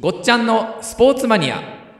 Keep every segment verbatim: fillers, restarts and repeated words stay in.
ごっちゃんのスポーツマニア。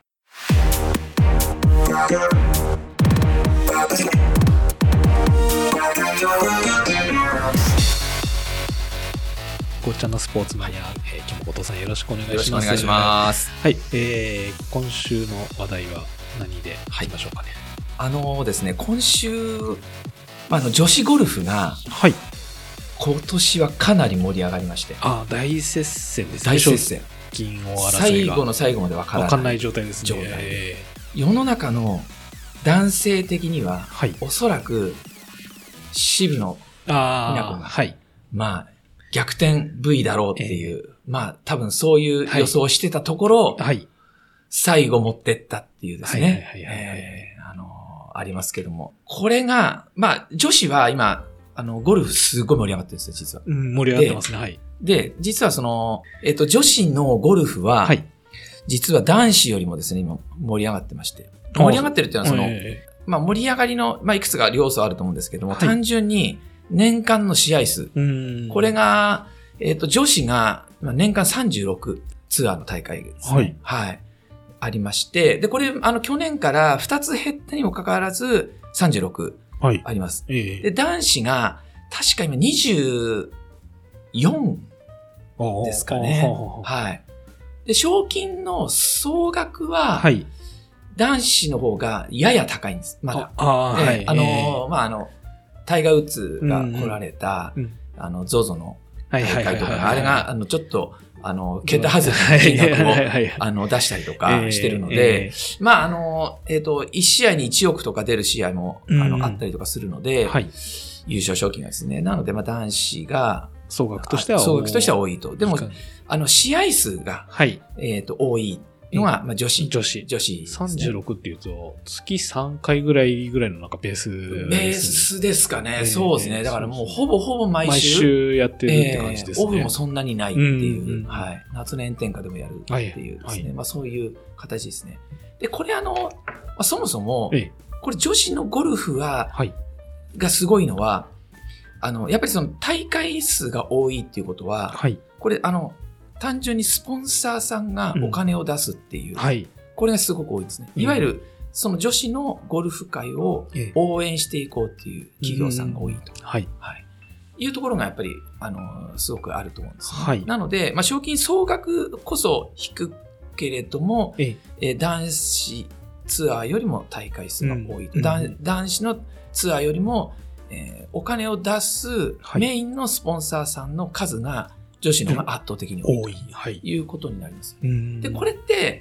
ごっちゃんのスポーツマニア、えー、今日も後藤さんよろしくお願いします。 よろしくお願いします。 はい、えー、今週の話題は何でいきましょうかね。 はい、あのですね、今週、まあ、あの女子ゴルフが、はい、今年はかなり盛り上がりまして、 あ、大接戦ですね。 大接戦。 金を争いが最後の最後まで分からない。 分かんない状態ですね。 状態で世の中の男性的には、はい、おそらく渋野日向子が、はい、まあ逆転 V だろうっていう、えー、まあ多分そういう予想をしてたところ、はい、最後持ってったっていうですね、あのありますけども、これがまあ女子は今あのゴルフすごい盛り上がってるんですよ実は。 うん、盛り上がってますね。はい。 で実はそのえっと女子のゴルフは、はい、実は男子よりもですね今盛り上がってまして、盛り上がってるっていうのはその、えー、まあ盛り上がりのまあいくつか要素あると思うんですけども、はい、単純に年間の試合数。これが、えっと、女子が年間さんじゅうろくツアーの大会ですね。はい。はい。ありまして、で、これ、あの、去年からふたつ減ったにもかかわらず、さんじゅうろくあります。はい、で、男子が、確か今にじゅうよんですかね。はい。で、賞金の総額は、はい、男子の方がやや高いんです。まだ。あ、あ、はい。あの、まあ、あの、タイガー・ウッズが来られた、うんうん、あの、ゾゾ の大会とか、あれが、あの、ちょっと、あの、桁外れの金額を、あの、出したりとかしてるので、えーえー、まあ、あの、えっと、いち試合にいちおくとか出る試合も、あの、うん、あったりとかするので、はい、優勝賞金がですね、なので、まあ、男子が、 総額としては多い。 総額としては多いと。でも、あの、試合数が、はい、えっと、多い。のが、まあ、女子。 女子。 女子、ね。 さんじゅうろくっていうと、月さんかいぐらいぐらいのなんかベース、ね。 ベースですかね。えー、そうですね。だからもうほぼほぼ毎週。 毎週やってるって感じですね。 えー、オフもそんなにないっていう。うんうん、はい。夏の炎天下でもやるっていうですね。はいはい、まあそういう形ですね。で、これあの、まあ、そもそも、えー、これ女子のゴルフは、はい、がすごいのは、あの、やっぱりその大会数が多いっていうことは、はい、これあの、単純にスポンサーさんがお金を出すっていう、うん、はい、これがすごく多いですね。いわゆるその女子のゴルフ界を応援していこうっていう企業さんが多いと、うん、はいはい、いうところがやっぱりあのすごくあると思うんですね。はい、なので、まあ、賞金総額こそ低けれども、ええ、男子ツアーよりも大会数が多いと、うん、男子のツアーよりも、えー、お金を出すメインのスポンサーさんの数が女子の方が圧倒的に多いということになります。はい、で、これって、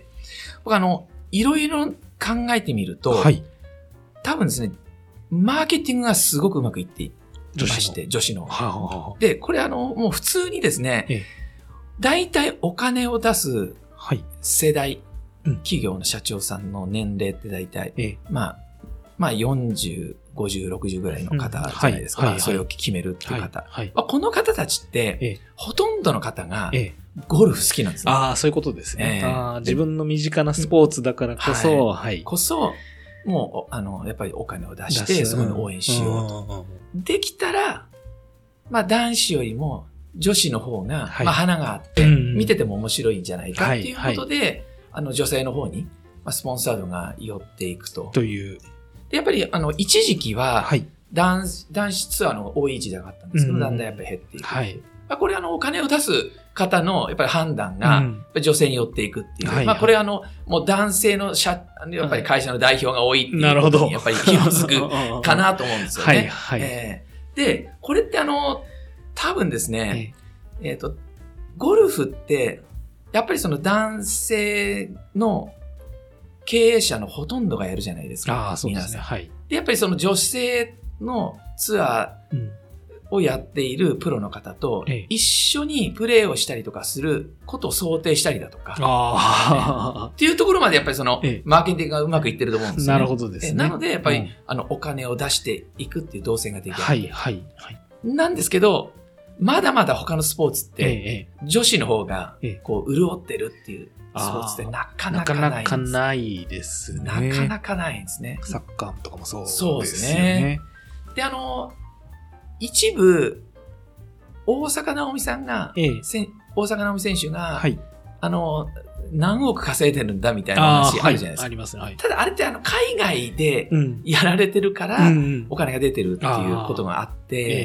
僕あの、いろいろ考えてみると、はい、多分ですね、マーケティングがすごくうまくいっていまして、女子の。女子ので、これあの、もう普通にですね、ええ、大体お金を出す世代、はい、企業の社長さんの年齢って大体、ええ、まあ、まあよんじゅう、ごじゅう、ろくじゅうぐらいの方じゃないですか。うん、はい、まあ、それを決めるっていう方。はいはい、まあ、この方たちって、ええ、ほとんどの方がゴルフ好きなんですね。 ああ、そういうことですね。えー、あ自分の身近なスポーツだからこそ、はいはい、 こそ、もう、あの、やっぱりお金を出して、そこに応援しようと。できたら、まあ男子よりも女子の方が、はい、まあ花があって、見てても面白いんじゃないかっていうことで、はいはい、あの女性の方に、まあ、スポンサードが寄っていくと。 という。 でやっぱり、あの、一時期は、はい、男, 男子ツアーの多い時代があったんですけど、うん、だんだんやっぱり減っていく。はい。まあ、これあの、お金を出す方の、やっぱり判断が、うん、女性に寄っていくっていう。はい、まあ、これあの、もう男性の社、やっぱり会社の代表が多いっていうことに、やっぱり気をつくかなと思うんですよね。はい、はい、えー。で、これってあの、多分ですね、えっ、ー、と、ゴルフって、やっぱりその男性の、経営者のほとんどがやるじゃないですか。ああ、そうですね。はい。で、やっぱりその女性のツアーをやっているプロの方と一緒にプレーをしたりとかすることを想定したりだとか。ああ。っていうところまでやっぱりそのマーケティングがうまくいってると思うんですね。 なるほどですね。 なのでやっぱり、うん、あのお金を出していくっていう動線ができる。 はいはいはい。 なんですけど、まだまだ他のスポーツって、女子の方がこう潤ってるっていう。スポーツってなかなかないんです。 なかなかないですね。 なかなかないんですね。 サッカーとかもそうですね。 そうですね。で、あの、一部、大坂なおみさんが、ええ、大坂なおみ選手が、はい、あの、 何億稼いでるんだみたいな話あるじゃないですか。 ありますね。はい。 ただあれってあの海外でやられてるからお金が出てるっていうことがあって、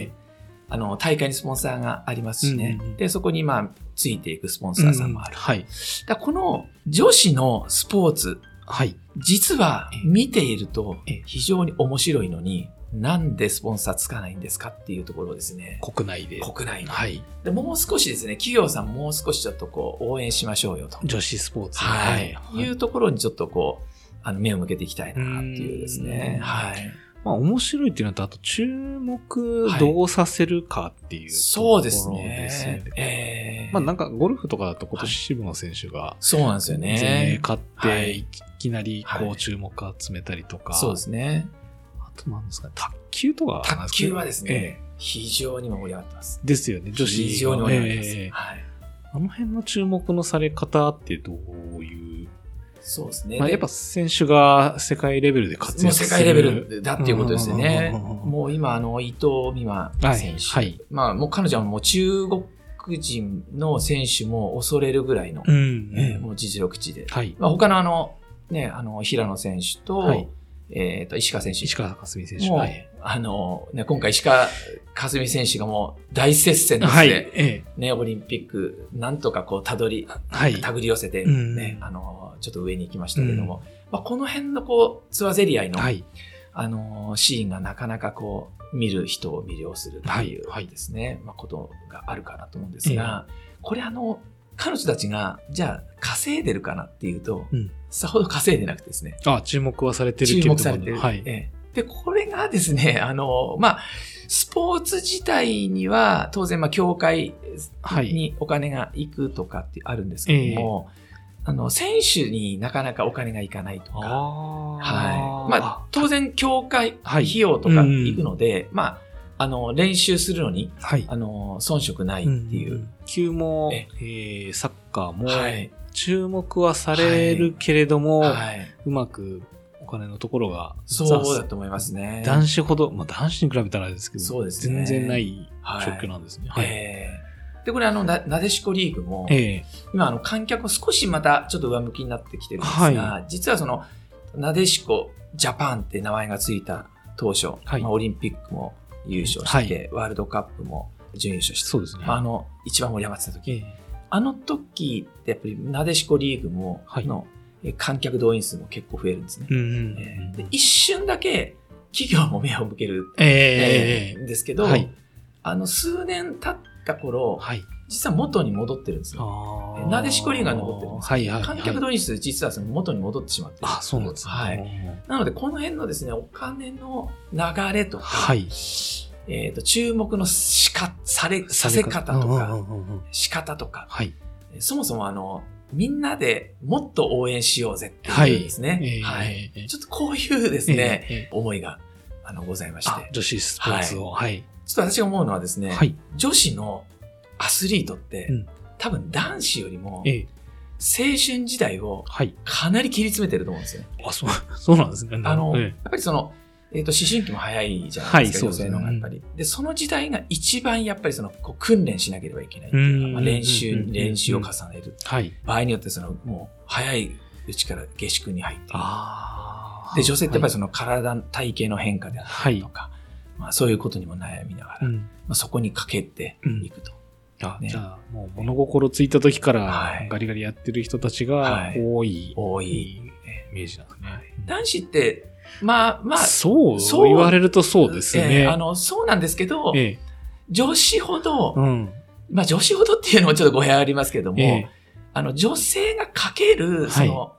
あの大会にスポンサーがありますしね。で、そこにまあついていくスポンサーさんもある。はい。だこの女子のスポーツ、はい。実は見ていると非常に面白いのに、なんでスポンサーつかないんですかっていうところですね。 国内で。 国内で。 はい。 で、もう少しですね、企業さんもう少しちょっとこう応援しましょうよと。 女子スポーツ。 はい。はい、いうところにちょっとこう、あの、目を向けていきたいなっていうですね。はい。 まあ面白いっていうのと、あと注目どうさせるかっていうところですね。はい、そうですね。えー、まあなんかゴルフとかだと今年渋野選手が、はい、 そうなんですよね。 全英勝っていきなりこう注目集めたりとか。 はい、そうですね。 あとなんですかね、卓球とか、 卓球はですね、えー、非常に盛り上がってます。 ですよね、女子。 非常に盛り上がってます。えー、はい。 あの辺の注目のされ方ってどういう、 そうですね。 まあ、やっぱ選手が世界レベルで活躍する。 もう世界レベルだっていうことですよね。もう今、あの、伊藤美誠選手。はい。はい、まあ、もう彼女はもう中国人の選手も恐れるぐらいの、うんうんえー、もう実力値で。はい。まあ、他のあの、ね、あの、平野選手と、はい、えっと、石川選手。 石川佳純選手。 もう、はい、あの、ね、今回石川佳純選手がもう大接戦ですね。はい、ええ、ね、オリンピック、なんとかこう、たどり、はい、手繰り寄せて、ね、うん、あの、ちょっと上に行きましたけれども、うんまあ、この辺のこう、つわぜり合いの、はい、あの、シーンがなかなかこう、見る人を魅了するというですね、はいはい、まあ、ことがあるかなと思うんですが、ええ、これあの、彼女たちが、じゃあ、稼いでるかなっていうと、うん、さほど稼いでなくてですね。 あ、注目はされてるけれども。 注目されてる。はい。ええ、で、これがですね、あの、まあ、スポーツ自体には、当然、まあ、協会にお金が行くとかってあるんですけども、ええあの、選手になかなかお金がいかないとか、はい。まあ、当然、協会費用とか行くので、はいうん、まあ、あの、練習するのに、はい、あの、遜色ないっていう。うん、 野球も、えー、サッカーも、はい、注目はされるけれども、はいはい、うまくお金のところが、 そうだと思いますね。 男子ほど、まあ、男子に比べたらあれですけど、そうですね、全然ない状況なんですね。はい。はいえーで、これあの、な、なでしこリーグも、ええ、今あの、観客も少しまたちょっと上向きになってきてるんですが、はい、実はその、なでしこジャパンって名前がついた当初、はいまあ、オリンピックも優勝して、はい、ワールドカップも準優勝して、そうですね。まあ、あの、一番盛り上がってた時、ええ、あの時ってやっぱりなでしこリーグも、はい、の観客動員数も結構増えるんですね。うんうんえー、で一瞬だけ企業も目を向ける、えーえー、ですけど、はい、あの、数年経った頃、はい、実は元に戻ってるんですよ。なでしこリーグが残ってるんです。はいはいはい、観客動員数実はその元に戻ってしまってる。 あ、そうなんですね。はい。 なので、この辺のですね、お金の流れとか、はい、えっと、注目のしか、され、させ方とか、仕方とか、はい、そもそもあの、みんなでもっと応援しようぜっていうですね。はい。はい、ちょっとこういうですね、えー、思いが、あの、ございまして。 女子スポーツを。はい。はいちょっと私が思うのはですね、はい、女子のアスリートって、うん、多分男子よりも、ええ、青春時代をかなり切り詰めてると思うんですよね。 あ、そう、そうなんですね。 あの、ええ、やっぱりその、えっと、思春期も早いじゃないですか、はい、女性の方がやっぱり。で、その時代が一番やっぱりその、こう訓練しなければいけないっていうか、まあ、練習に練習を重ねる。はい、場合によってその、もう早いうちから下宿に入っている。で、女性ってやっぱりその体、体型の変化であったりとか、はいまあ、そういうことにも悩みながら、うんまあ、そこにかけていくと。 うんあね、じゃあ、もう物心ついた時からガリガリやってる人たちが多い、 はい、多いイメージなんですね。 男子って、まあまあ、 そう、そう言われるとそうですね。 えー、あのそうなんですけど、ええ、女子ほど、うん、まあ女子ほどっていうのもちょっと語弊ありますけども、え、あの女性がかける、その、はい、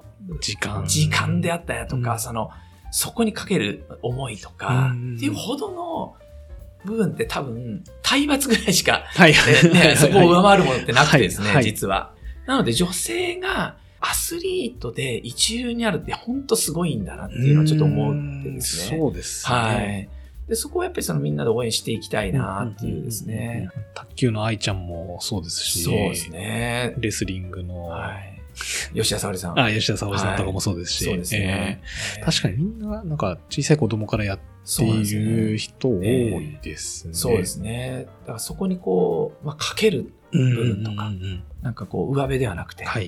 時間。時間であったりとか、うん、その、そこにかける思いとか、っていうほどの部分って多分、体罰ぐらいしか、はいね、そこを上回るものってなくてですね、はいはい、実は。なので女性がアスリートで一流にあるって本当すごいんだなっていうのをちょっと思ってですね。 そうですね。 はい。で、そこをやっぱりそのみんなで応援していきたいなっていうですね。 卓球の愛ちゃんもそうですし、 そうですね。 レスリングの、はい吉田沙保里さん。 あ、吉田沙保里さんとかもそうですし。はい、そうですね、えー。確かにみんな、なんか小さい子供からやっている人多いですね。 そうですね。だからそこにこう、まあ、かける部分とか、なんかこう、上辺ではなくて、はい、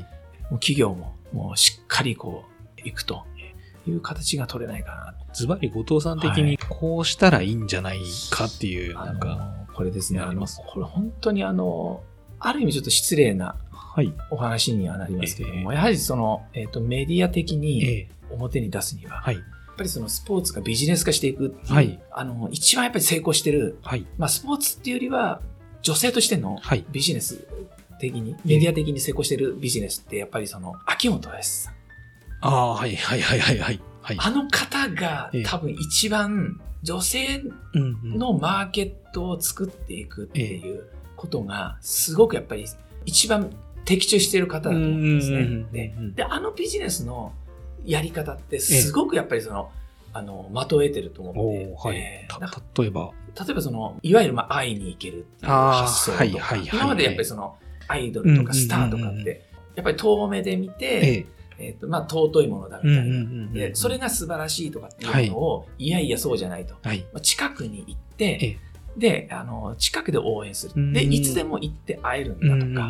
もう企業ももうしっかりこういくという形が取れないかな。 ズバリ後藤さん的にこうしたらいいんじゃないかっていう、 はい、 なんかこれですね、あのこれ本当にあのある意味ちょっと失礼なお話にはなりますけれども、はい、やはりその、えーと、メディア的に表に出すには、はい、やっぱりそのスポーツがビジネス化していくっていう、はい、あの一番やっぱり成功してる、はい、まあ、スポーツっていうよりは女性としてのビジネス的に、はい、メディア的に成功してるビジネスってやっぱりその秋元康さん。 ああ、はいはいはいはいはい。はい、 あの方が多分一番女性のマーケットを作っていくっていうことがすごくやっぱり一番的中している方だと思うんですね。で、であのビジネスのやり方ってすごくやっぱりその、あの、的を得てると思って、 はい、えー、例えば例えばその、いわゆるまあ会いに行けるっていう発想とか、はいはいはいはい、今までやっぱりそのアイドルとかスターとかって、やっぱり遠目で見て、えーえーとまあ、尊いものだみたいな、うんうんうんうん、でそれが素晴らしいとかっていうのを、はい、いやいやそうじゃないと、はい、まあ、近くに行って、ええ、であの近くで応援する、うん、でいつでも行って会えるんだとか、うんうんうん、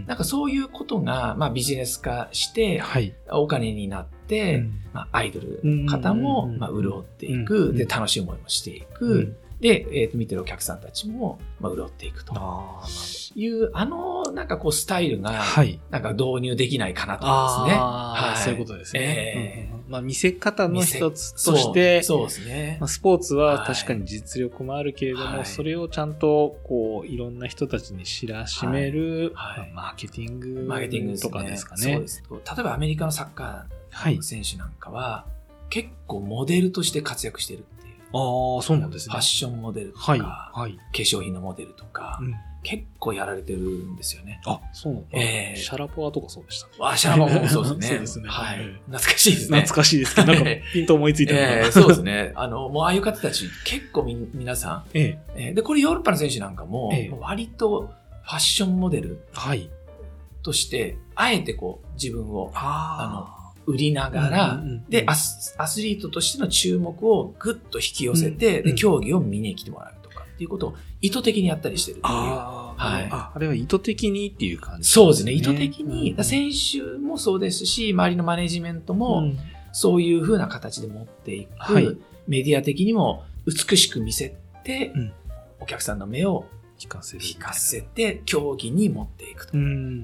なんかそういうことが、まあ、ビジネス化して、はい、お金になって、うん、まあ、アイドル方も、まあ、潤っていく、うん、で楽しい思いもしていく、うん、で、えーと見てるお客さんたちも、まあ、潤っていくと。あいう、あの、なんかこう、スタイルが、はい、なんか導入できないかなと思いますね。 はい。そういうことですね。えーうん、まあ、見せ方の一つとして、 そう、そうですね。 まあ、スポーツは確かに実力もあるけれども、はい、それをちゃんと、こう、いろんな人たちに知らしめる、はいはい、まあ、マーケティングマーケティングとかですかね。そうです。 例えばアメリカのサッカーの選手なんかは、はい、結構モデルとして活躍してるっていう。 ああ、そうなんですね。 ファッションモデルとか、はいはい、化粧品のモデルとか、うん、結構やられてるんですよね。 あ、そうなんだ。えー、シャラポワとかそうでした。 あ、シャラポワもそうですね。 そうですね。 はい。懐かしいですね。 懐かしいですけど、なんかピンと思いついたのかな、 えー。そうですね。あの、もうああいう方たち、結構み、皆さん、えーえー。で、これヨーロッパの選手なんかも、えー、割とファッションモデルとして、あえてこう、自分を、あの、売りながら、うんうんうん、でアス、アスリートとしての注目をぐっと引き寄せて、うんうん、で、競技を見に来てもらうとかっていうことを意図的にやったりしてるっていう。 あ,、はい、あ, あれは意図的にっていう感じですね。 そうですね。意図的に、うんうん、選手もそうですし、周りのマネジメントも、そういう風な形で持っていく、はい、メディア的にも美しく見せて、うん、お客さんの目を引かせる引かせて競技に持っていくと。うんうんうん、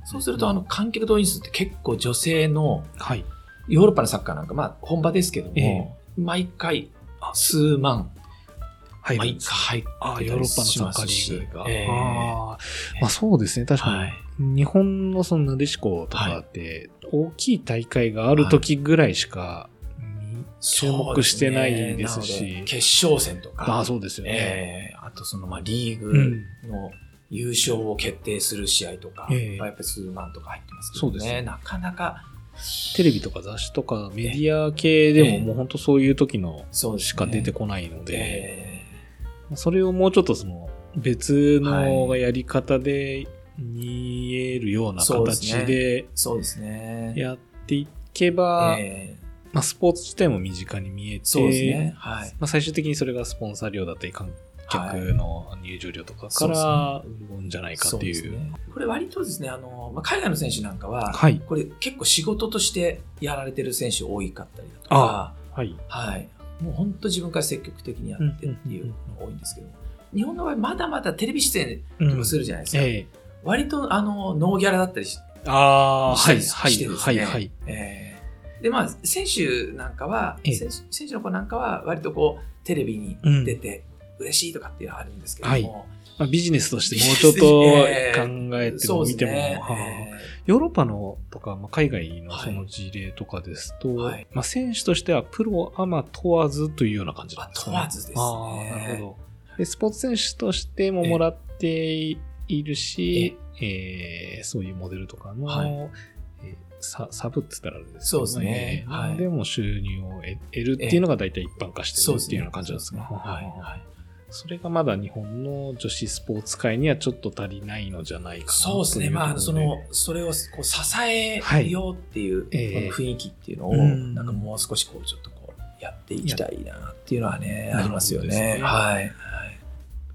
そうするとあの観客動員数って結構女性の、はい、ヨーロッパのサッカーなんかまあ本場ですけども、えー、毎回数万入るんです。毎回入ってたりしますし、ヨーロッパのサッカーリーグが、えー、あまあそうですね、確かに、はい、日本のそのなでしことかって大きい大会がある時ぐらいしか、はい注目してないですし。 ですね、決勝戦とか。 あ、そうですよね。 えー、あとそのまあリーグの優勝を決定する試合とか、うん、やっぱり数万とか入ってますけどね。そうですね。なかなか。 テレビとか雑誌とかメディア系でももう本当そういう時のしか出てこないので、えー、それをもうちょっとその別のやり方で見えるような形でやっていけば、えーまあ、スポーツ自体も身近に見えて、そうですね。はい。まあ、最終的にそれがスポンサー料だったり、観客の入場料とかから売るんじゃないかっていう。そうですね。 これ割とですね、あの、まあ、海外の選手なんかは、はい、これ結構仕事としてやられてる選手多かったりだとか、はい。はい。もう本当自分から積極的にやってるっていうのが多いんですけど、うんうんうん、日本の場合まだまだテレビ出演とかするじゃないですか。うんええ、割とあの、ノーギャラだったりしあしたりしてですね。はい、はい、はい。えーで、まあ、選手なんかは、ええ、選手、選手の子なんかは、割とこう、テレビに出て、嬉しいとかっていうのがあるんですけども、はいまあ、ビジネスとしてもうちょっと考えてみても、えーはあえー、ヨーロッパのとか、まあ、海外のその事例とかですと、はいまあ、選手としてはプロアマ問わずというような感じなんですかね。 問わずですね。 あなるほどで。スポーツ選手としてももらっているし、えーえー、そういうモデルとかの、はいえーサ, サブって言ったらあれですけど、ね、 そうですね。 はい、でも収入を得るっていうのが大体一般化してるっていうような感じなんですか、ねはいはい、それがまだ日本の女子スポーツ界にはちょっと足りないのじゃないかなそうですね。まあ、その、それをこう支えようっていう、はい、雰囲気っていうのを、えー、なんかもう少しこう、ちょっとこう、やっていきたいなっていうのはね、ありますよね。ねはい。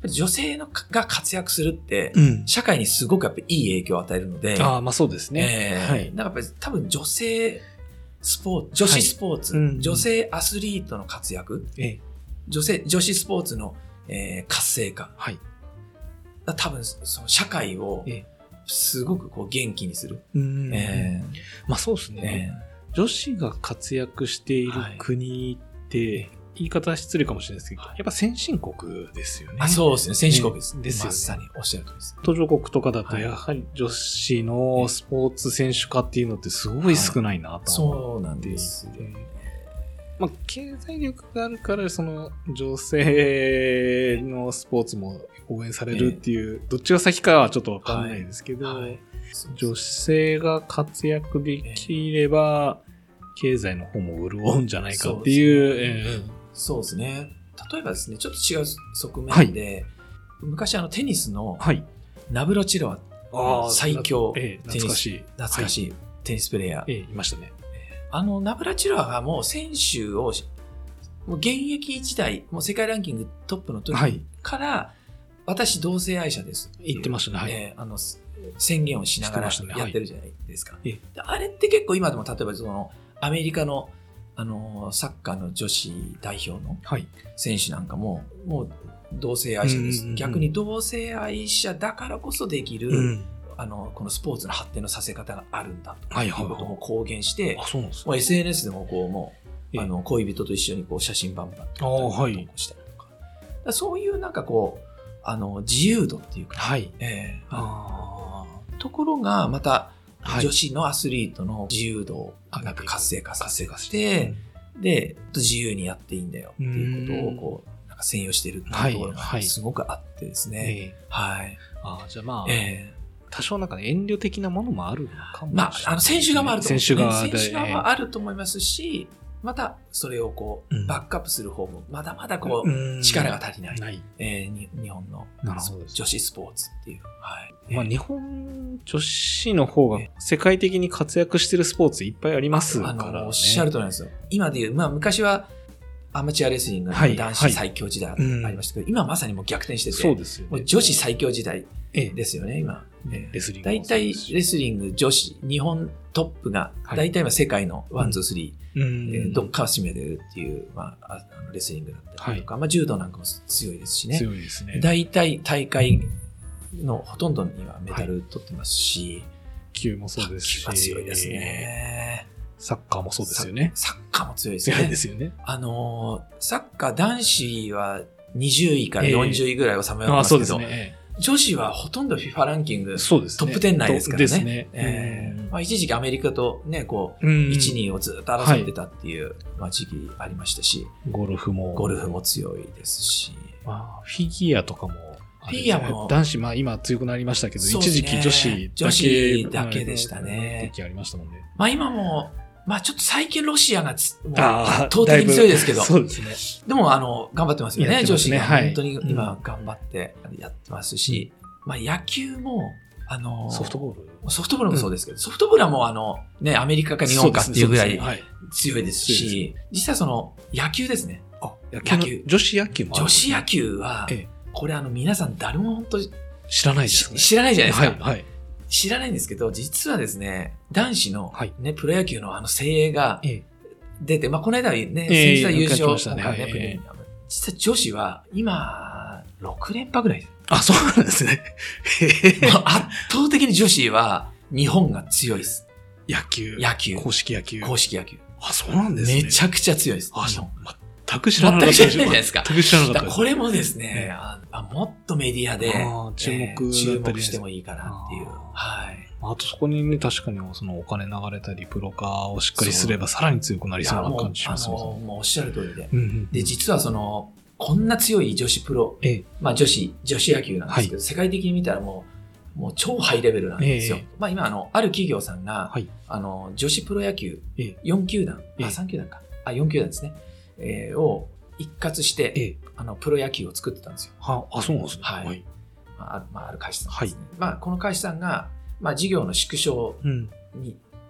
女性のが活躍するって、うん、社会にすごくやっぱりいい影響を与えるので。 ああ、まあそうですね。 えー、はい。だからやっぱり多分女性スポーツ、女子スポーツ、はいうん、女性アスリートの活躍、ええ、女性、女子スポーツの、えー、活性化。はい。多分その社会をすごくこう元気にする。えええー、まあそうですね、えー。女子が活躍している国って、はい言い方は失礼かもしれないですけど、やっぱ先進国ですよね。 あ、そうですね。先進国です。 ね、ですよね。 まさにおっしゃるとおりです。 途上国とかだと、やはり女子のスポーツ選手化っていうのってすごい少ないなと思って、はい、 そうなんですよね。 まあ、経済力があるから、その女性のスポーツも応援されるっていう、どっちが先かはちょっとわかんないですけど、はいはい、女性が活躍できれば、経済の方も潤うんじゃないかっていう。 そうですね。例えばですね、ちょっと違う側面で、はい、昔あのテニスのナブラチロワ、最強テニス、懐かしい、懐かしいテニスプレーヤー、 ええ、いましたね。 あのナブラチロワがもう選手を、もう現役時代、もう世界ランキングトップの時から、はい、私同性愛者ですって言ってましたね。はい、 えー、あの宣言をしながらやってるじゃないですか。はい、あれって結構今でも例えばそのアメリカのあのサッカーの女子代表の選手なんかも、はい、もう同性愛者です、うんうんうん、逆に同性愛者だからこそできる、うん、あのこのスポーツの発展のさせ方があるんだということも公言して、はいはいはい、もう エスエヌエス でもこうもうあの恋人と一緒にこう写真バンバン投稿したりとか、はい、そういうなんかこうあの自由度っていうか、はいえー、あところがまた女子のアスリートの自由度をなんか活性化させて、うん、で、自由にやっていいんだよっていうことをこう、なんか宣揚しているっていうところがすごくあってですね。はい。はい、 ああ、じゃあまあ、えー、多少なんか遠慮的なものもあるのかもしれない、ね。 まあ、あの、選手側もあると思います、ね。 選手側で。選手側もあると思いますし、またそれをこう、うん、バックアップする方もまだまだこう、うん、力が足りない、ないえー、に日本の女子スポーツっていう、はいまあ、日本女子の方が世界的に活躍してるスポーツいっぱいありますからね。あのおっしゃるとおりなんですよ。今でいう、まあ、昔はアマチュアレスリングの男子最強時代ありましたけど、はいはい、今まさにもう逆転してて、そうですよね、もう女子最強時代ですよね、今。レスリング大体レスリング女子日本トップが大体今世界のワンツースリーどっかを占めてるっていう、まあ、あのレスリングだったりとか、はいまあ、柔道なんかも強いですしね。 強いですね。 大体大会のほとんどにはメダル取ってますし、 卓球もそうですし、 卓球は強いですね。 サッカーもそうですよね。 サッカーも強いですね。 強いですよね。 あのサッカー男子はにじゅういからよんじゅういぐらいをさまよってますけど、えー、そうですね。女子はほとんど FIFA ランキング、そうですね、トップじゅう内ですからね。ですね。えーまあ、一時期アメリカとね、こう、いち、にをずっと争ってたっていう、はいまあ、時期ありましたし、 ゴルフも。 ゴルフも強いですし。 まあ、フィギュアとかも、 フィギュアも。 男子、まあ今強くなりましたけど、ね、一時期女子だけ。 女子だけでしたね。 時期ありましたもんね。 まあ今も、まあちょっと最近ロシアがつもう圧倒的に強いですけど。 そうですね。 でもあの、頑張ってますよね、ね女子が。 はい、 本当に今頑張ってやってますし、うん、まあ野球も、あの、 ソフトボールソフトボールもそうですけど、うん、ソフトボールはもうあの、ね、アメリカか日本かっていうぐらい強いですし、実はその野球ですね。 あ、野球。野球女子野球もある、 女子野球は、ええ、これあの皆さん誰も本当に知らないですね。 知らないじゃないですか。 はい、はい。 知らないんですけど、実はですね、男子の、ね、プロ野球のあの精鋭が出て、まあ、この間はね、先日は優勝したね、ね、実は女子は今、ろく連覇ぐらいです。 あ、そうなんですね。 圧倒的に女子は日本が強いです。 野球。 野球。 公式野球。 公式野球。 あ、そうなんですね。 めちゃくちゃ強いです。 あ、そう。全く知らなかった。 全く知らないじゃないですか。 全く知らなかったです。 これもですね、あもっとメディアで注目、えー、 注目してもいいかなっていう。はい。 あとそこにね、確かにそのお金流れたり、プロ化をしっかりすればさらに強くなりそうな感じしますね。 もう、もうおっしゃる通りで。うんうん、で、実はその、こんな強い女子プロ、ええ、まあ女子、女子野球なんですけど、はい、世界的に見たらもう、もう超ハイレベルなんですよ。ええ、まあ今、あの、ある企業さんが、はい、あの、女子プロ野球、よん球団、ええ、あ、さん球団か。あ、よん球団ですね。えー、を一括して、ええ、あの、プロ野球を作ってたんですよ。 はあ、そうなんですね。 はい。はい、まあ、まあ、ある会社さんですね。はい、まあ、この会社さんが、まあ、事業の縮小に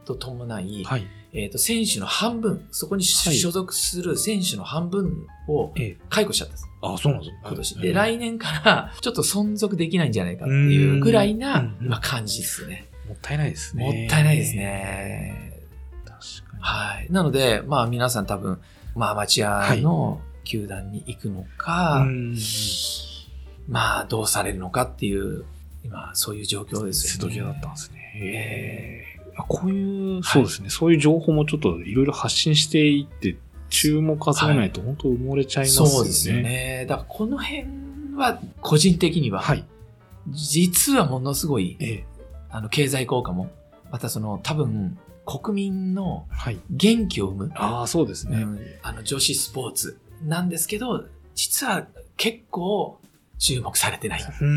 と伴い、はい、えーと、選手の半分、そこに所属する選手の半分を解雇しちゃったんです。 はい、ああ、そうなんですね。 今年。で、来年からちょっと存続できないんじゃないかっていうぐらいな、今感じですね。 もったいないですね。 もったいないですね。 確かに。 はい。なので、まあ皆さん多分、まあアマチュアの球団に行くのか、はい、まあどうされるのかっていう、今そういう状況ですよね。 瀬戸際だったんですね。へー。こういう、そうですね、はい、そういう情報もちょっといろいろ発信していって、注目集めないと本当埋もれちゃいますよね。 そうですよね。だからこの辺は個人的には、はい、実はものすごい、ええ、あの経済効果も、またその多分国民の元気を生む、 はい、ああそうですね、うん、 あの女子スポーツなんですけど、実は結構注目されてない。うんうん、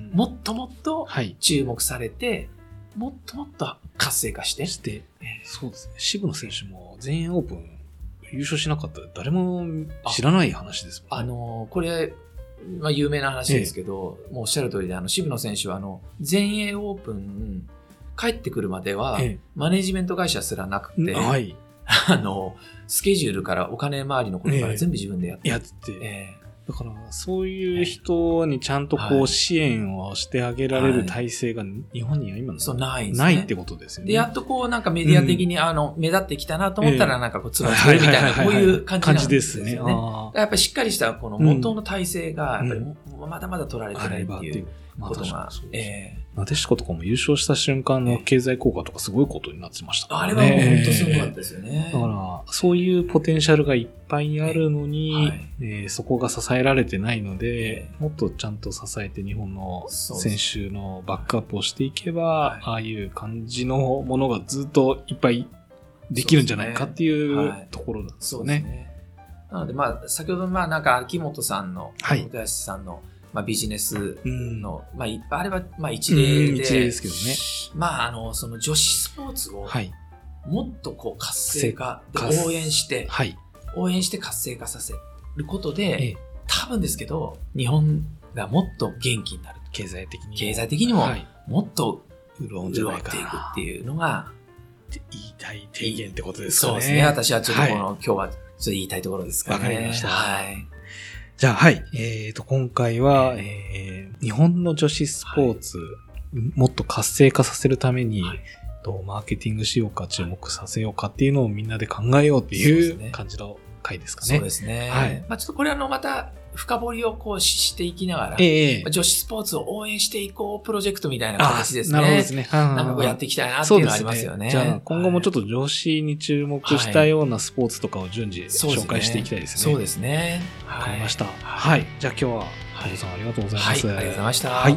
もっともっと注目されて、はい、もっともっと活性化して。 して、そうですね。渋野選手も全英オープン優勝しなかったら誰も知らない話ですもんね。 あ、あの、これ、まあ、有名な話ですけど、ええ、もうおっしゃる通りで、あの、渋野選手は、あの、全英オープン帰ってくるまでは、ええ、マネジメント会社すらなくて、はい、あの、スケジュールからお金回りのことから全部自分でやって、 ええ、やってて、ええ、だからそういう人にちゃんとこう支援をしてあげられる体制が日本には今のないないってことですよね。 で、やっとこうなんかメディア的にあの目立ってきたなと思ったらなんかこうつばつけるみたいなこういう感じなんですよね。やっぱりしっかりしたこの元の体制がやっぱりまだまだ取られてないっていうことが。 なでしことかも優勝した瞬間の経済効果とかすごいことになってましたからね。 あれは本当すごかったですよね。 だからそういうポテンシャルがいっぱいあるのに、はいえー、そこが支えられてないので、もっとちゃんと支えて日本の選手のバックアップをしていけば、はい、ああいう感じのものがずっといっぱいできるんじゃないかっていうところなんですよね。そうですね。 なのでまあ先ほどまあなんか秋元さんの、はい、本橋さんのまあ、ビジネスの、うん、まあ、あれは、まあ、一例で、うん、 一例ですけどね。 まあ、あの、その女子スポーツを、もっとこう活性化で応援して、はい、応援して活性化させることで、ええ、多分ですけど、日本がもっと元気になる。 経済的にも。 経済的にも、もっと潤っていくっていうのが、 言いたい提言ってことですかね。 そうですね。私はちょっとこの、はい、今日はちょっと言いたいところですかね。 わかりました。 はい。 じゃあ、はい。えっと、今回は、えー、日本の女子スポーツ、はい、もっと活性化させるために、はい、どうマーケティングしようか、注目させようかっていうのをみんなで考えようっていう感じの回ですかね。 そうですね。はい。まあちょっとこれあの、また、深掘りをこうしていきながら、 ええ、 女子スポーツを応援していこうプロジェクトみたいな形ですね。 なるほどですね。 なんかこうやっていきたいなっていうのがありますよね。 じゃあ今後もちょっと女子に注目したようなスポーツとかを順次紹介していきたいですね。 そうですね。 わかりました。はい。じゃあ今日は、加藤さんありがとうございます。 はい、ありがとうございました。 はい。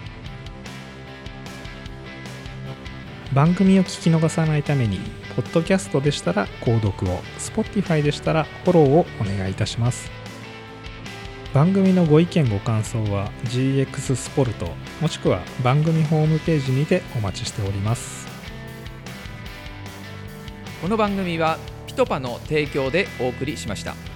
番組を聞き逃さないために、ポッドキャストでしたら購読を、Spotify でしたらフォローをお願いいたします。番組のご意見ご感想は ジーエックス スポルトもしくは番組ホームページにてお待ちしております。 この番組はピトパの提供でお送りしました。